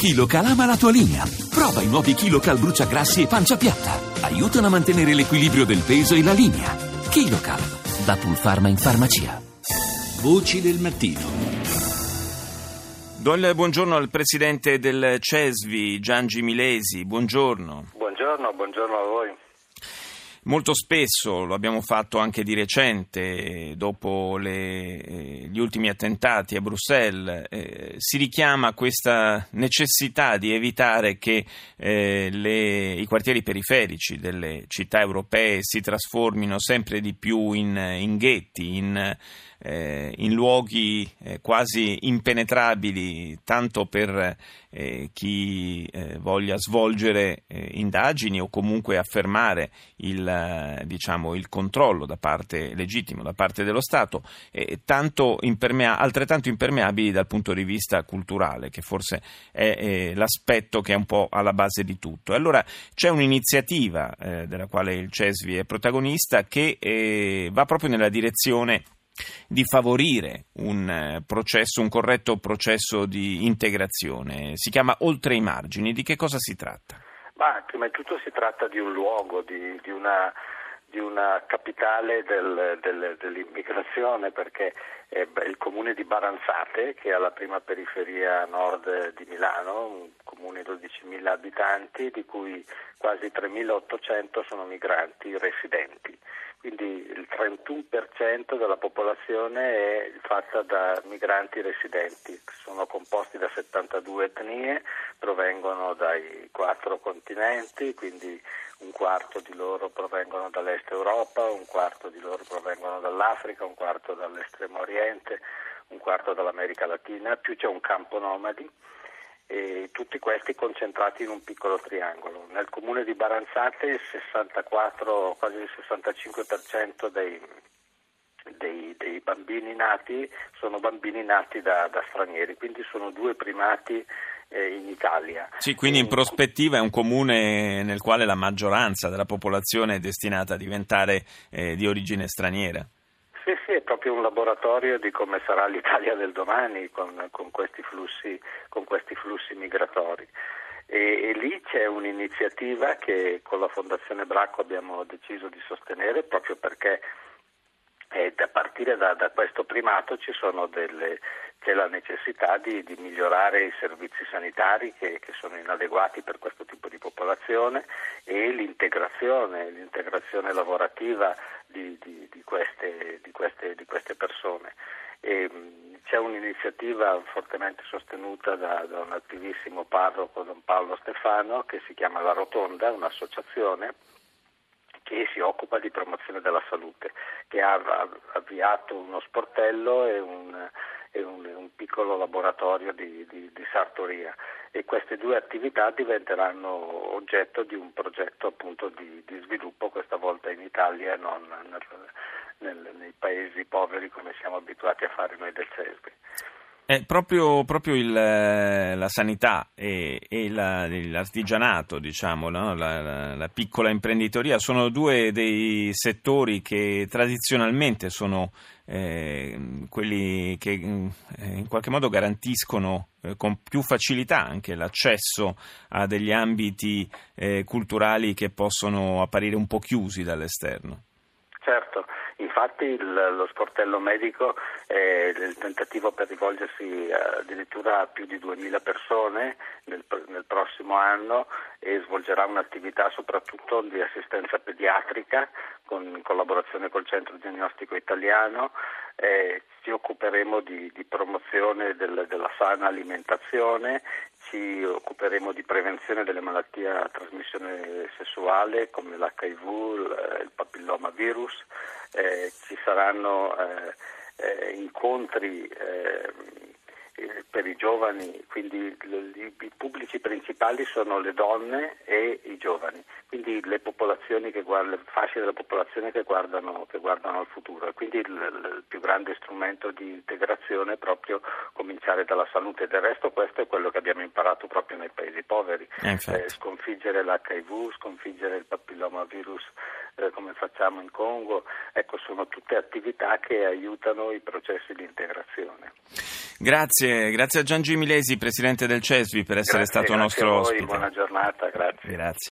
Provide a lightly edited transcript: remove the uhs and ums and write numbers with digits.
KiloCal ama la tua linea. Prova i nuovi KiloCal bruciagrassi e pancia piatta. Aiutano a mantenere l'equilibrio del peso e la linea. KiloCal, da Pulpharma in farmacia. Voci del mattino. Do il buongiorno al presidente del CESVI, Giangi Milesi. Buongiorno. Buongiorno a voi. Molto spesso, lo abbiamo fatto anche di recente, dopo gli ultimi attentati a Bruxelles, si richiama questa necessità di evitare che i quartieri periferici delle città europee si trasformino sempre di più in ghetti, in luoghi quasi impenetrabili, tanto per chi voglia svolgere indagini o comunque affermare il controllo legittimo da parte dello Stato, altrettanto impermeabili dal punto di vista culturale, che forse è l'aspetto che è un po' alla base di tutto. Allora c'è un'iniziativa della quale il CESVI è protagonista che va proprio nella direzione di favorire un corretto processo di integrazione. Si chiama Oltre i margini. Di che cosa si tratta? Prima di tutto si tratta di un luogo, di una capitale dell'immigrazione, perché è il comune di Baranzate, che è la prima periferia nord di Milano, un comune di 12.000 abitanti, di cui quasi 3.800 sono migranti residenti. Quindi il 31% della popolazione è fatta da migranti residenti, che sono composti da 72 etnie, provengono dai 4 continenti, quindi un quarto di loro provengono dall'Est Europa, un quarto di loro provengono dall'Africa, un quarto dall'Estremo Oriente, un quarto dall'America Latina, più c'è un campo nomadi, e tutti questi concentrati in un piccolo triangolo. Nel comune di Baranzate il 64, quasi il 65% dei bambini nati sono bambini nati da stranieri, quindi sono 2 primati in Italia. Sì, quindi in prospettiva è un comune nel quale la maggioranza della popolazione è destinata a diventare di origine straniera. Sì, è proprio un laboratorio di come sarà l'Italia del domani con questi flussi migratori. E lì c'è un'iniziativa che con la Fondazione Bracco abbiamo deciso di sostenere, proprio perché a partire da questo primato c'è la necessità di migliorare i servizi sanitari che sono inadeguati per questo tipo di popolazione, e l'integrazione lavorativa di queste persone. C'è un'iniziativa fortemente sostenuta da un attivissimo parroco, Don Paolo Stefano, che si chiama La Rotonda, un'associazione che si occupa di promozione della salute, che ha avviato uno sportello e un piccolo laboratorio di sartoria, e queste 2 attività diventeranno oggetto di un progetto appunto di sviluppo, questa volta in Italia e non nei paesi poveri come siamo abituati a fare noi del CESVI. Proprio la sanità e l'artigianato, no? La piccola imprenditoria sono 2 dei settori che tradizionalmente sono quelli che in qualche modo garantiscono con più facilità anche l'accesso a degli ambiti culturali che possono apparire un po' chiusi dall'esterno. Certo. Infatti lo sportello medico è il tentativo per rivolgersi addirittura a più di 2.000 persone nel prossimo anno, e svolgerà un'attività soprattutto di assistenza pediatrica in collaborazione col Centro Diagnostico Italiano. Ci occuperemo di promozione della sana alimentazione, ci occuperemo di prevenzione delle malattie a trasmissione sessuale come l'HIV, il papillomavirus. Ci saranno incontri per i giovani, quindi i pubblici principali sono le donne e i giovani, quindi le fasce della popolazione che guardano al futuro, e quindi il più grande strumento di integrazione è proprio cominciare dalla salute. Del resto questo è quello che abbiamo imparato proprio nei paesi poveri, sconfiggere l'HIV, sconfiggere il papillomavirus come facciamo in Congo. Ecco, sono tutte attività che aiutano i processi di integrazione. Grazie a Giangi Milesi, presidente del CESVI, per essere stato nostro ospite. Buona giornata, grazie. Grazie.